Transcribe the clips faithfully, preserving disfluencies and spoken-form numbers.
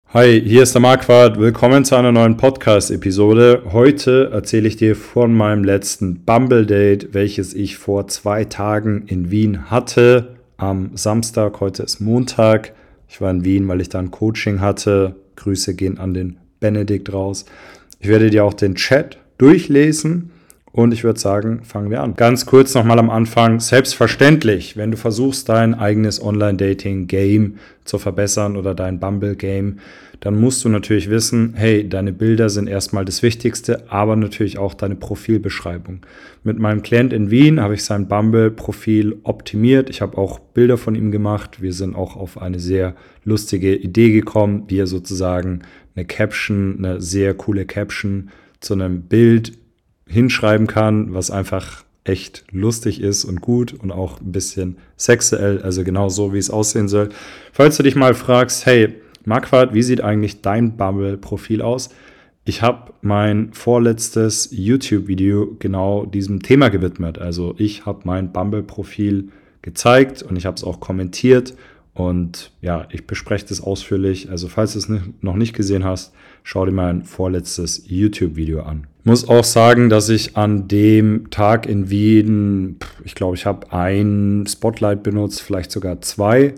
Hi, hier ist der Marquardt. Willkommen zu einer neuen Podcast-Episode. Heute erzähle ich dir von meinem letzten Bumble-Date, welches ich vor zwei Tagen in Wien hatte. Am Samstag, heute ist Montag. Ich war in Wien, weil ich da ein Coaching hatte. Grüße gehen an den Benedikt raus. Ich werde dir auch den Chat durchlesen. Und ich würde sagen, fangen wir an. Ganz kurz nochmal am Anfang. Selbstverständlich, wenn du versuchst, dein eigenes Online-Dating-Game zu verbessern oder dein Bumble-Game, dann musst du natürlich wissen, hey, deine Bilder sind erstmal das Wichtigste, aber natürlich auch deine Profilbeschreibung. Mit meinem Klient in Wien habe ich sein Bumble-Profil optimiert. Ich habe auch Bilder von ihm gemacht. Wir sind auch auf eine sehr lustige Idee gekommen, wie er sozusagen eine Caption, eine sehr coole Caption zu einem Bild hinschreiben kann, was einfach echt lustig ist und gut und auch ein bisschen sexuell, also genau so, wie es aussehen soll. Falls du dich mal fragst, hey, Marquardt, wie sieht eigentlich dein Bumble-Profil aus? Ich habe mein vorletztes YouTube-Video genau diesem Thema gewidmet. Also ich habe mein Bumble-Profil gezeigt und ich habe es auch kommentiert. Und ja, ich bespreche das ausführlich. Also falls du es noch nicht gesehen hast, schau dir mein vorletztes YouTube-Video an. Ich muss auch sagen, dass ich an dem Tag in Wien, ich glaube, ich habe ein Spotlight benutzt, vielleicht sogar zwei.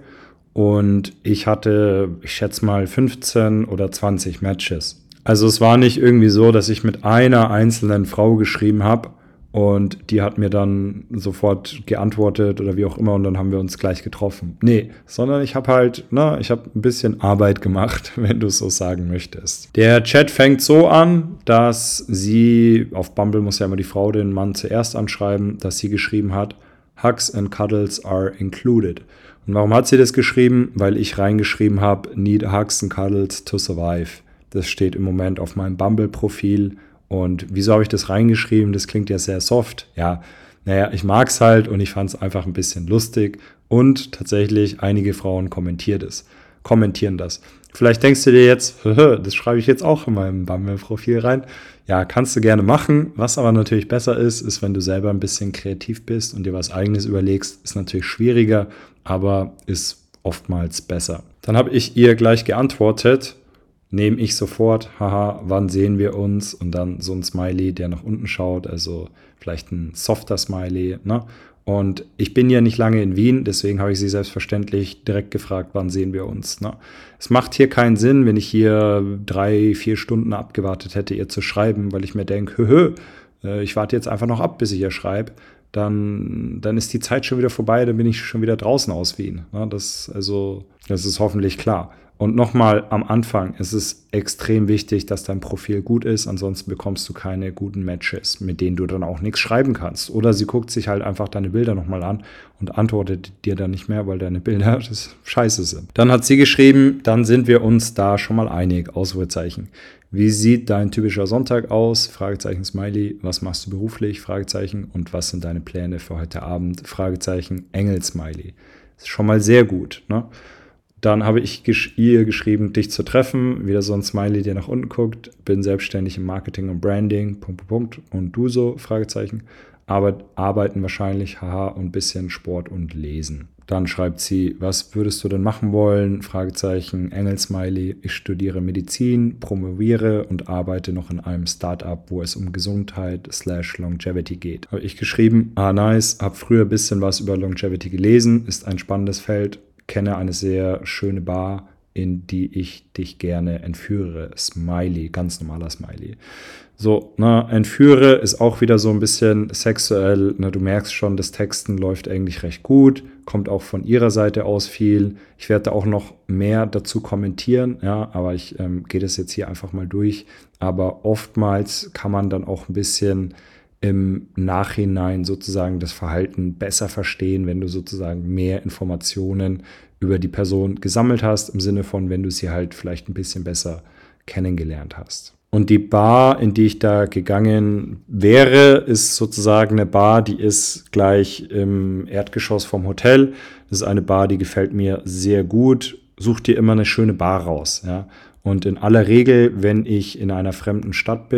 Und ich hatte, ich schätze mal, fünfzehn oder zwanzig Matches. Also es war nicht irgendwie so, dass ich mit einer einzelnen Frau geschrieben habe. Und die hat mir dann sofort geantwortet oder wie auch immer und dann haben wir uns gleich getroffen. Nee, sondern ich habe halt, na, ich habe ein bisschen Arbeit gemacht, wenn du es so sagen möchtest. Der Chat fängt so an, dass sie, auf Bumble muss ja immer die Frau den Mann zuerst anschreiben, dass sie geschrieben hat, Hugs and Cuddles are included. Und warum hat sie das geschrieben? Weil ich reingeschrieben habe, need hugs and cuddles to survive. Das steht im Moment auf meinem Bumble-Profil. Und wieso habe ich das reingeschrieben? Das klingt ja sehr soft. Ja, naja, ich mag es halt und ich fand es einfach ein bisschen lustig. Und tatsächlich, einige Frauen kommentieren das. kommentieren das. Vielleicht denkst du dir jetzt, das schreibe ich jetzt auch in meinem Bumble-Profil rein. Ja, kannst du gerne machen. Was aber natürlich besser ist, ist, wenn du selber ein bisschen kreativ bist und dir was Eigenes überlegst. Ist natürlich schwieriger, aber ist oftmals besser. Dann habe ich ihr gleich geantwortet. Nehme ich sofort, haha, wann sehen wir uns? Und dann so ein Smiley, der nach unten schaut, also vielleicht ein softer Smiley, ne? Und ich bin ja nicht lange in Wien, deswegen habe ich sie selbstverständlich direkt gefragt, wann sehen wir uns, ne? Es macht hier keinen Sinn, wenn ich hier drei, vier Stunden abgewartet hätte, ihr zu schreiben, weil ich mir denke, hö, hö, ich warte jetzt einfach noch ab, bis ich ihr schreibe. Dann, dann ist die Zeit schon wieder vorbei, dann bin ich schon wieder draußen aus Wien, ne? Das, also, das ist hoffentlich klar. Und nochmal am Anfang, es ist extrem wichtig, dass dein Profil gut ist, ansonsten bekommst du keine guten Matches, mit denen du dann auch nichts schreiben kannst. Oder sie guckt sich halt einfach deine Bilder nochmal an und antwortet dir dann nicht mehr, weil deine Bilder das scheiße sind. Dann hat sie geschrieben, dann sind wir uns da schon mal einig, Ausrufezeichen. Wie sieht dein typischer Sonntag aus? Fragezeichen Smiley. Was machst du beruflich? Fragezeichen. Und was sind deine Pläne für heute Abend? Fragezeichen Engel-Smiley. Ist schon mal sehr gut, ne? Dann habe ich ihr geschrieben, dich zu treffen. Wieder so ein Smiley, der nach unten guckt. Bin selbstständig im Marketing und Branding. Punkt, Punkt, Punkt. Und du so? Fragezeichen. Arbeit, arbeiten wahrscheinlich, haha, und ein bisschen Sport und Lesen. Dann schreibt sie, was würdest du denn machen wollen? Fragezeichen, Engel-Smiley. Ich studiere Medizin, promoviere und arbeite noch in einem Startup, wo es um Gesundheit slash Longevity geht. Habe ich geschrieben, ah nice, habe früher ein bisschen was über Longevity gelesen, ist ein spannendes Feld. Kenne eine sehr schöne Bar, in die ich dich gerne entführe. Smiley, ganz normaler Smiley. So, ne, entführe ist auch wieder so ein bisschen sexuell. Ne, du merkst schon, das Texten läuft eigentlich recht gut, kommt auch von ihrer Seite aus viel. Ich werde da auch noch mehr dazu kommentieren, ja, aber ich ähm, gehe das jetzt hier einfach mal durch. Aber oftmals kann man dann auch ein bisschen im Nachhinein sozusagen das Verhalten besser verstehen, wenn du sozusagen mehr Informationen über die Person gesammelt hast, im Sinne von, wenn du sie halt vielleicht ein bisschen besser kennengelernt hast. Und die Bar, in die ich da gegangen wäre, ist sozusagen eine Bar, die ist gleich im Erdgeschoss vom Hotel. Das ist eine Bar, die gefällt mir sehr gut. Such dir immer eine schöne Bar raus, ja. Und in aller Regel, wenn ich in einer fremden Stadt bin,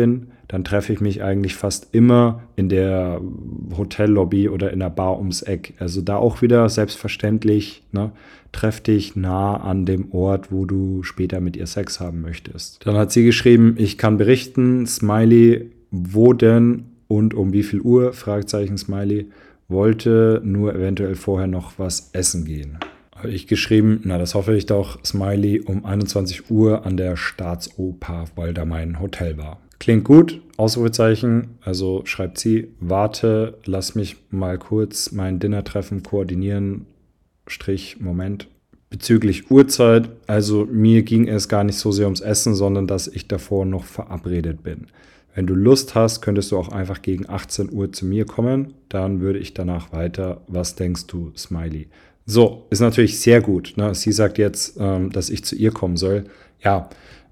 dann treffe ich mich eigentlich fast immer in der Hotellobby oder in der Bar ums Eck. Also da auch wieder selbstverständlich, ne, treff dich nah an dem Ort, wo du später mit ihr Sex haben möchtest. Dann hat sie geschrieben, ich kann berichten, Smiley, wo denn und um wie viel Uhr, Fragezeichen Smiley, wollte nur eventuell vorher noch was essen gehen. Habe ich geschrieben, na das hoffe ich doch, Smiley, um einundzwanzig Uhr an der Staatsoper, weil da mein Hotel war. Klingt gut, Ausrufezeichen, also schreibt sie, warte, lass mich mal kurz mein Dinnertreffen koordinieren, Strich, Moment. Bezüglich Uhrzeit, also mir ging es gar nicht so sehr ums Essen, sondern dass ich davor noch verabredet bin. Wenn du Lust hast, könntest du auch einfach gegen achtzehn Uhr zu mir kommen, dann würde ich danach weiter. Was denkst du, Smiley? So, ist natürlich sehr gut. Ne? Sie sagt jetzt, ähm, dass ich zu ihr kommen soll. Ja,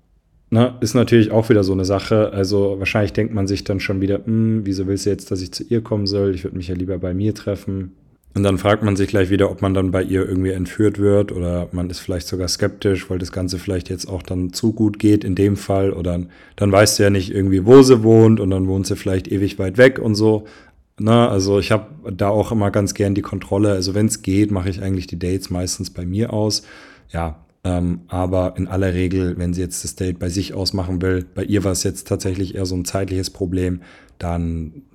ne, ist natürlich auch wieder so eine Sache. Also wahrscheinlich denkt man sich dann schon wieder, wieso willst du jetzt, dass ich zu ihr kommen soll? Ich würde mich ja lieber bei mir treffen. Und dann fragt man sich gleich wieder, ob man dann bei ihr irgendwie entführt wird oder man ist vielleicht sogar skeptisch, weil das Ganze vielleicht jetzt auch dann zu gut geht in dem Fall oder dann weißt du ja nicht irgendwie, wo sie wohnt und dann wohnt sie vielleicht ewig weit weg und so. Na, also ich habe da auch immer ganz gern die Kontrolle. Also wenn es geht, mache ich eigentlich die Dates meistens bei mir aus. Ja, ähm, aber in aller Regel, wenn sie jetzt das Date bei sich ausmachen will, bei ihr war es jetzt tatsächlich eher so ein zeitliches Problem, dann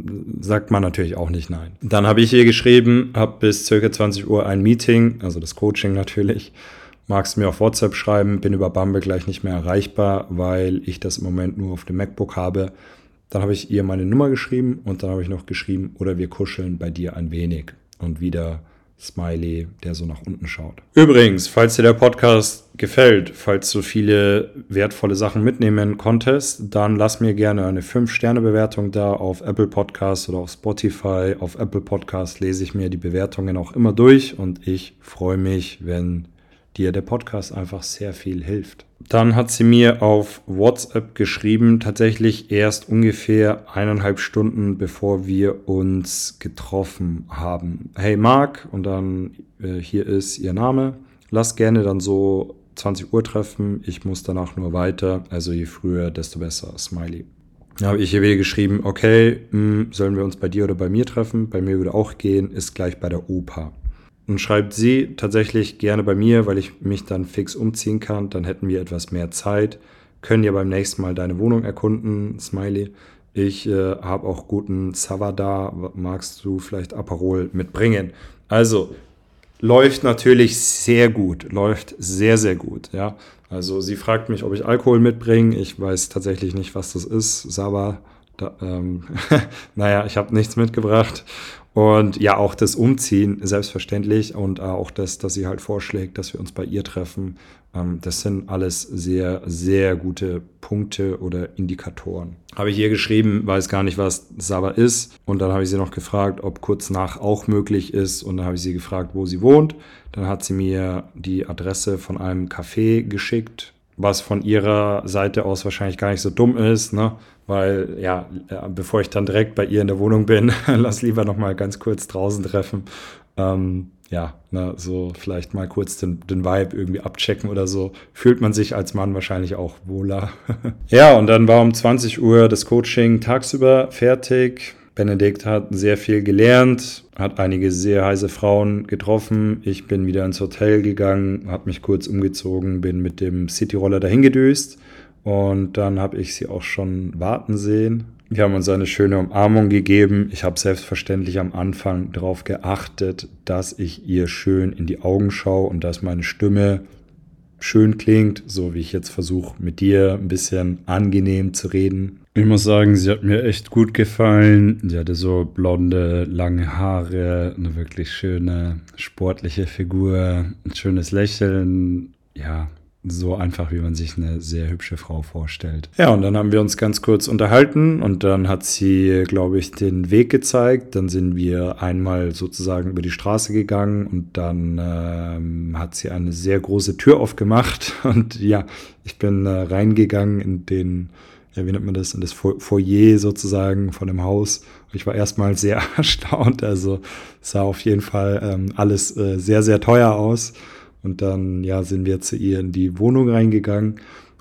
sagt man natürlich auch nicht nein. Dann habe ich ihr geschrieben, habe bis circa zwanzig Uhr ein Meeting, also das Coaching natürlich. Magst du mir auf WhatsApp schreiben, bin über Bumble gleich nicht mehr erreichbar, weil ich das im Moment nur auf dem MacBook habe. Dann habe ich ihr meine Nummer geschrieben und dann habe ich noch geschrieben, oder wir kuscheln bei dir ein wenig. Und wieder Smiley, der so nach unten schaut. Übrigens, falls dir der Podcast gefällt, falls du viele wertvolle Sachen mitnehmen konntest, dann lass mir gerne eine fünf Sterne Bewertung da auf Apple Podcasts oder auf Spotify. Auf Apple Podcasts lese ich mir die Bewertungen auch immer durch und ich freue mich, wenn dir der Podcast einfach sehr viel hilft. Dann hat sie mir auf WhatsApp geschrieben, tatsächlich erst ungefähr eineinhalb Stunden, bevor wir uns getroffen haben. Hey Marc, und dann äh, hier ist ihr Name. Lass gerne dann so zwanzig Uhr treffen. Ich muss danach nur weiter. Also je früher, desto besser. Smiley. Da habe ich ihr wieder geschrieben, okay, mh, sollen wir uns bei dir oder bei mir treffen? Bei mir würde auch gehen, ist gleich bei der Oper. Und schreibt sie tatsächlich gerne bei mir, weil ich mich dann fix umziehen kann. Dann hätten wir etwas mehr Zeit. Können ja beim nächsten Mal deine Wohnung erkunden, Smiley. Ich äh, habe auch guten Sava da. Magst du vielleicht Aperol mitbringen? Also, läuft natürlich sehr gut. Läuft sehr, sehr gut. Ja. Also, sie fragt mich, ob ich Alkohol mitbringe. Ich weiß tatsächlich nicht, was das ist. Sava, da, ähm, naja, ich habe nichts mitgebracht. Und ja, auch das Umziehen, selbstverständlich. Und auch das, dass sie halt vorschlägt, dass wir uns bei ihr treffen. Ähm, das sind alles sehr, sehr gute Punkte oder Indikatoren. Habe ich ihr geschrieben, weiß gar nicht, was Sava ist. Und dann habe ich sie noch gefragt, ob kurz nach auch möglich ist. Und dann habe ich sie gefragt, wo sie wohnt. Dann hat sie mir die Adresse von einem Café geschickt, was von ihrer Seite aus wahrscheinlich gar nicht so dumm ist, ne? Weil, ja, bevor ich dann direkt bei ihr in der Wohnung bin, lass lieber noch mal ganz kurz draußen treffen. Ähm, ja, ne, so vielleicht mal kurz den, den Vibe irgendwie abchecken oder so. Fühlt man sich als Mann wahrscheinlich auch wohler. Ja, und dann war um zwanzig Uhr das Coaching tagsüber fertig. Benedikt hat sehr viel gelernt, hat einige sehr heiße Frauen getroffen. Ich bin wieder ins Hotel gegangen, habe mich kurz umgezogen, bin mit dem Cityroller dahin gedüst. Und dann habe ich sie auch schon warten sehen. Wir haben uns eine schöne Umarmung gegeben. Ich habe selbstverständlich am Anfang darauf geachtet, dass ich ihr schön in die Augen schaue und dass meine Stimme schön klingt, so wie ich jetzt versuche, mit dir ein bisschen angenehm zu reden. Ich muss sagen, sie hat mir echt gut gefallen. Sie hatte so blonde, lange Haare, eine wirklich schöne, sportliche Figur, ein schönes Lächeln. Ja, so einfach, wie man sich eine sehr hübsche Frau vorstellt. Ja, und dann haben wir uns ganz kurz unterhalten und dann hat sie, glaube ich, den Weg gezeigt. Dann sind wir einmal sozusagen über die Straße gegangen und dann ähm, hat sie eine sehr große Tür aufgemacht und ja, ich bin äh, reingegangen in den, ja, wie nennt man das, in das Foyer sozusagen von dem Haus. Ich war erstmal sehr erstaunt, also sah auf jeden Fall ähm, alles äh, sehr, sehr teuer aus. Und dann, ja, sind wir zu ihr in die Wohnung reingegangen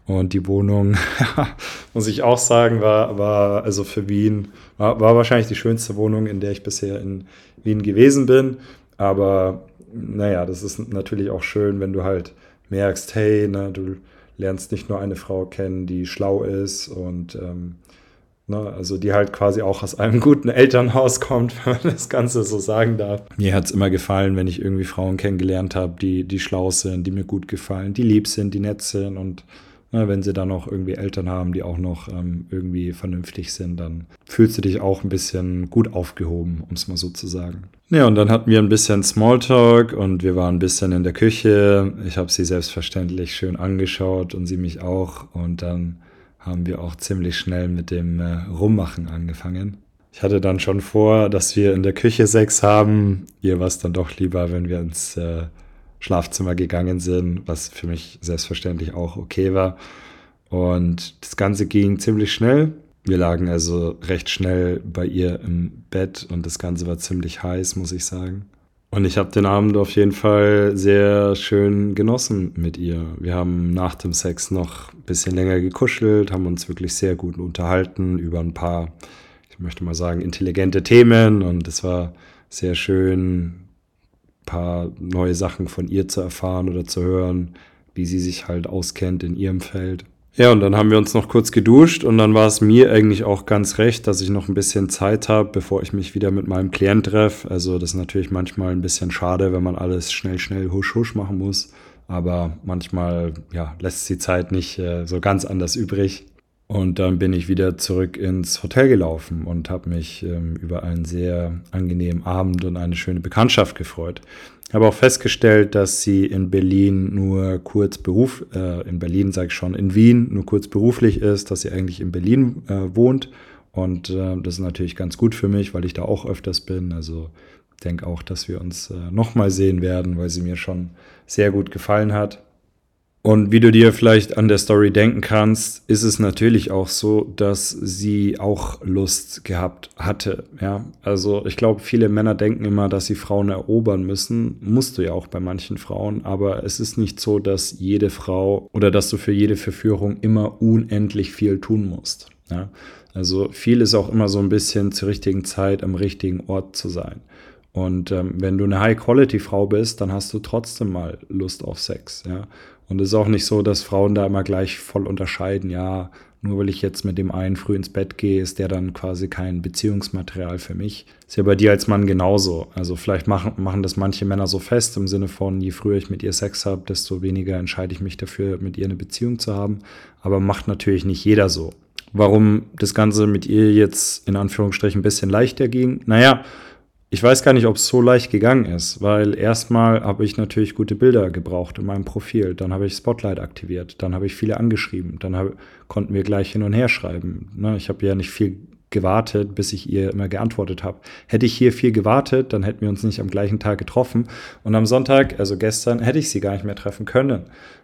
Und die Wohnung, muss ich auch sagen, war, war also für Wien, war, war wahrscheinlich die schönste Wohnung, in der ich bisher in Wien gewesen bin. Aber naja, das ist natürlich auch schön, wenn du halt merkst, hey, ne, du lernst nicht nur eine Frau kennen, die schlau ist und ähm, ne, also die halt quasi auch aus einem guten Elternhaus kommt, wenn man das Ganze so sagen darf. Mir hat es immer gefallen, wenn ich irgendwie Frauen kennengelernt habe, die, die schlau sind, die mir gut gefallen, die lieb sind, die nett sind und ne, wenn sie dann auch irgendwie Eltern haben, die auch noch ähm, irgendwie vernünftig sind, dann fühlst du dich auch ein bisschen gut aufgehoben, um es mal so zu sagen. Ja, und dann hatten wir ein bisschen Smalltalk und wir waren ein bisschen in der Küche. Ich habe sie selbstverständlich schön angeschaut und sie mich auch. Und dann haben wir auch ziemlich schnell mit dem äh, Rummachen angefangen. Ich hatte dann schon vor, dass wir in der Küche Sex haben. Ihr war es dann doch lieber, wenn wir ins äh, Schlafzimmer gegangen sind, was für mich selbstverständlich auch okay war. Und das Ganze ging ziemlich schnell. Wir lagen also recht schnell bei ihr im Bett und das Ganze war ziemlich heiß, muss ich sagen. Und ich habe den Abend auf jeden Fall sehr schön genossen mit ihr. Wir haben nach dem Sex noch ein bisschen länger gekuschelt, haben uns wirklich sehr gut unterhalten über ein paar, ich möchte mal sagen, intelligente Themen. Und es war sehr schön, ein paar neue Sachen von ihr zu erfahren oder zu hören, wie sie sich halt auskennt in ihrem Feld. Ja, und dann haben wir uns noch kurz geduscht und dann war es mir eigentlich auch ganz recht, dass ich noch ein bisschen Zeit habe, bevor ich mich wieder mit meinem Klient treffe. Also das ist natürlich manchmal ein bisschen schade, wenn man alles schnell, schnell husch, husch machen muss. Aber manchmal ja, lässt die Zeit nicht äh, so ganz anders übrig. Und dann bin ich wieder zurück ins Hotel gelaufen und habe mich ähm, über einen sehr angenehmen Abend und eine schöne Bekanntschaft gefreut. Ich habe auch festgestellt, dass sie in Berlin nur kurz Beruf, äh, in Berlin sage ich schon, in Wien nur kurz beruflich ist, dass sie eigentlich in Berlin äh, wohnt. Und äh, das ist natürlich ganz gut für mich, weil ich da auch öfters bin. Also ich denke auch, dass wir uns äh, nochmal sehen werden, weil sie mir schon sehr gut gefallen hat. Und wie du dir vielleicht an der Story denken kannst, ist es natürlich auch so, dass sie auch Lust gehabt hatte. Ja, also ich glaube, viele Männer denken immer, dass sie Frauen erobern müssen. Musst du ja auch bei manchen Frauen. Aber es ist nicht so, dass jede Frau oder dass du für jede Verführung immer unendlich viel tun musst. Ja, also viel ist auch immer so ein bisschen zur richtigen Zeit am richtigen Ort zu sein. Und ähm, wenn du eine High-Quality-Frau bist, dann hast du trotzdem mal Lust auf Sex, ja. Und es ist auch nicht so, dass Frauen da immer gleich voll unterscheiden, ja, nur weil ich jetzt mit dem einen früh ins Bett gehe, ist der dann quasi kein Beziehungsmaterial für mich. Ist ja bei dir als Mann genauso. Also vielleicht machen, machen das manche Männer so fest, im Sinne von, je früher ich mit ihr Sex habe, desto weniger entscheide ich mich dafür, mit ihr eine Beziehung zu haben. Aber macht natürlich nicht jeder so. Warum das Ganze mit ihr jetzt in Anführungsstrichen ein bisschen leichter ging? Naja, ich weiß gar nicht, ob es so leicht gegangen ist, weil erstmal habe ich natürlich gute Bilder gebraucht in meinem Profil. Dann habe ich Spotlight aktiviert, dann habe ich viele angeschrieben, dann hab, konnten wir gleich hin und her schreiben. Ne, ich habe ja nicht viel gewartet, bis ich ihr immer geantwortet habe. Hätte ich hier viel gewartet, dann hätten wir uns nicht am gleichen Tag getroffen. Und am Sonntag, also gestern, hätte ich sie gar nicht mehr treffen können.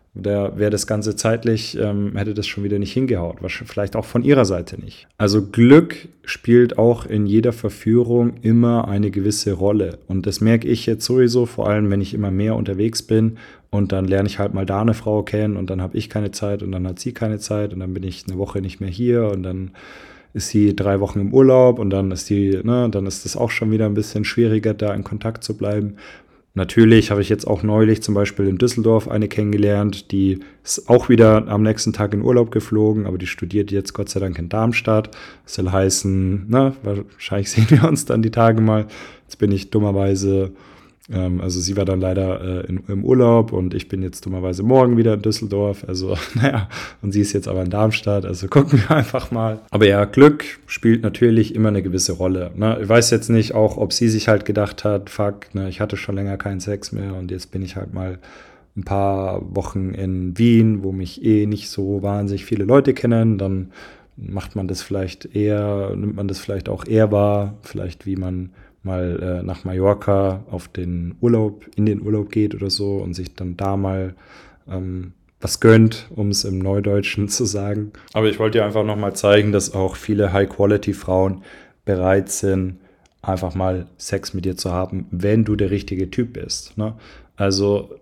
Da wäre das Ganze zeitlich, ähm, hätte das schon wieder nicht hingehaut. Vielleicht auch von ihrer Seite nicht. Also Glück spielt auch in jeder Verführung immer eine gewisse Rolle. Und das merke ich jetzt sowieso, vor allem wenn ich immer mehr unterwegs bin. Und dann lerne ich halt mal da eine Frau kennen und dann habe ich keine Zeit und dann hat sie keine Zeit und dann bin ich eine Woche nicht mehr hier und dann ist sie drei Wochen im Urlaub und dann ist die, ne, dann ist es auch schon wieder ein bisschen schwieriger, da in Kontakt zu bleiben. Natürlich habe ich jetzt auch neulich zum Beispiel in Düsseldorf eine kennengelernt, die ist auch wieder am nächsten Tag in Urlaub geflogen, aber die studiert jetzt Gott sei Dank in Darmstadt. Das soll heißen, na, wahrscheinlich sehen wir uns dann die Tage mal. Jetzt bin ich dummerweise, ähm, also sie war dann leider äh, in, im Urlaub und ich bin jetzt dummerweise morgen wieder in Düsseldorf. Also naja, und sie ist jetzt aber in Darmstadt, also gucken wir einfach mal. Aber ja, Glück spielt natürlich immer eine gewisse Rolle. Ne? Ich weiß jetzt nicht auch, ob sie sich halt gedacht hat, fuck, ne, ich hatte schon länger keinen Sex mehr und jetzt bin ich halt mal ein paar Wochen in Wien, wo mich eh nicht so wahnsinnig viele Leute kennen, dann macht man das vielleicht eher, nimmt man das vielleicht auch eher wahr, vielleicht wie man mal äh, nach Mallorca auf den Urlaub, in den Urlaub geht oder so und sich dann da mal ähm, was gönnt, um es im Neudeutschen zu sagen. Aber ich wollte dir einfach nochmal zeigen, dass auch viele High-Quality-Frauen bereit sind, einfach mal Sex mit dir zu haben, wenn du der richtige Typ bist. Ne? Also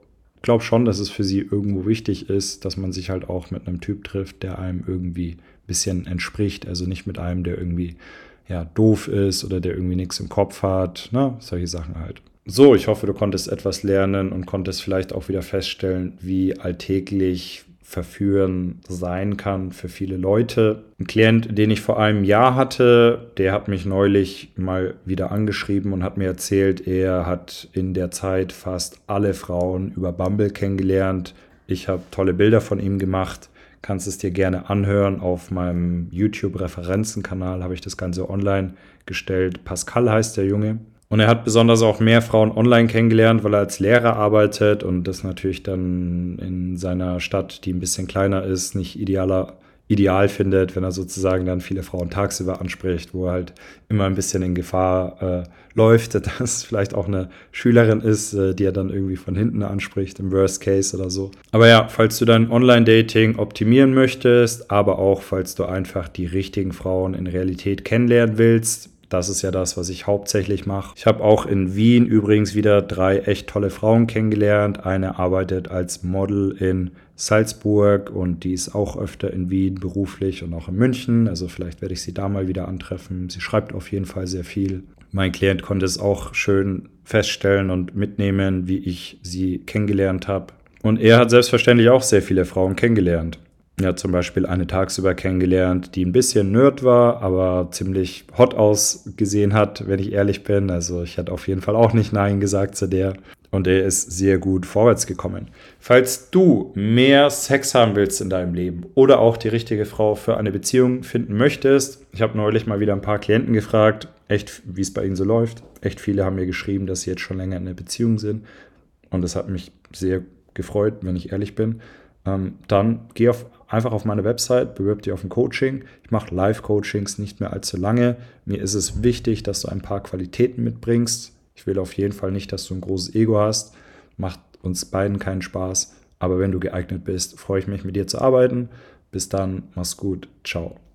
glaube schon, dass es für sie irgendwo wichtig ist, dass man sich halt auch mit einem Typ trifft, der einem irgendwie ein bisschen entspricht. Also nicht mit einem, der irgendwie ja, doof ist oder der irgendwie nichts im Kopf hat. Ne? Solche Sachen halt. So, ich hoffe, du konntest etwas lernen und konntest vielleicht auch wieder feststellen, wie alltäglich Verführen sein kann für viele Leute. Ein Klient, den ich vor einem Jahr hatte, der hat mich neulich mal wieder angeschrieben und hat mir erzählt, er hat in der Zeit fast alle Frauen über Bumble kennengelernt. Ich habe tolle Bilder von ihm gemacht. Kannst es dir gerne anhören. Auf meinem YouTube-Referenzenkanal habe ich das Ganze online gestellt. Pascal heißt der Junge. Und er hat besonders auch mehr Frauen online kennengelernt, weil er als Lehrer arbeitet und das natürlich dann in seiner Stadt, die ein bisschen kleiner ist, nicht idealer, ideal findet, wenn er sozusagen dann viele Frauen tagsüber anspricht, wo er halt immer ein bisschen in Gefahr äh, läuft, dass es vielleicht auch eine Schülerin ist, äh, die er dann irgendwie von hinten anspricht, im Worst Case oder so. Aber ja, falls du dein Online-Dating optimieren möchtest, aber auch falls du einfach die richtigen Frauen in Realität kennenlernen willst, das ist ja das, was ich hauptsächlich mache. Ich habe auch in Wien übrigens wieder drei echt tolle Frauen kennengelernt. Eine arbeitet als Model in Salzburg und die ist auch öfter in Wien beruflich und auch in München. Also vielleicht werde ich sie da mal wieder antreffen. Sie schreibt auf jeden Fall sehr viel. Mein Klient konnte es auch schön feststellen und mitnehmen, wie ich sie kennengelernt habe. Und er hat selbstverständlich auch sehr viele Frauen kennengelernt. Ja, zum Beispiel eine tagsüber kennengelernt, die ein bisschen Nerd war, aber ziemlich hot ausgesehen hat, wenn ich ehrlich bin. Also ich hätte auf jeden Fall auch nicht Nein gesagt zu der. Und er ist sehr gut vorwärts gekommen. Falls du mehr Sex haben willst in deinem Leben oder auch die richtige Frau für eine Beziehung finden möchtest, ich habe neulich mal wieder ein paar Klienten gefragt, echt, wie es bei ihnen so läuft. Echt viele haben mir geschrieben, dass sie jetzt schon länger in einer Beziehung sind. Und das hat mich sehr gefreut, wenn ich ehrlich bin. Ähm, dann geh auf, einfach auf meine Website, bewirb dich auf ein Coaching. Ich mache Live-Coachings nicht mehr allzu lange. Mir ist es wichtig, dass du ein paar Qualitäten mitbringst. Ich will auf jeden Fall nicht, dass du ein großes Ego hast. Macht uns beiden keinen Spaß. Aber wenn du geeignet bist, freue ich mich, mit dir zu arbeiten. Bis dann, mach's gut. Ciao.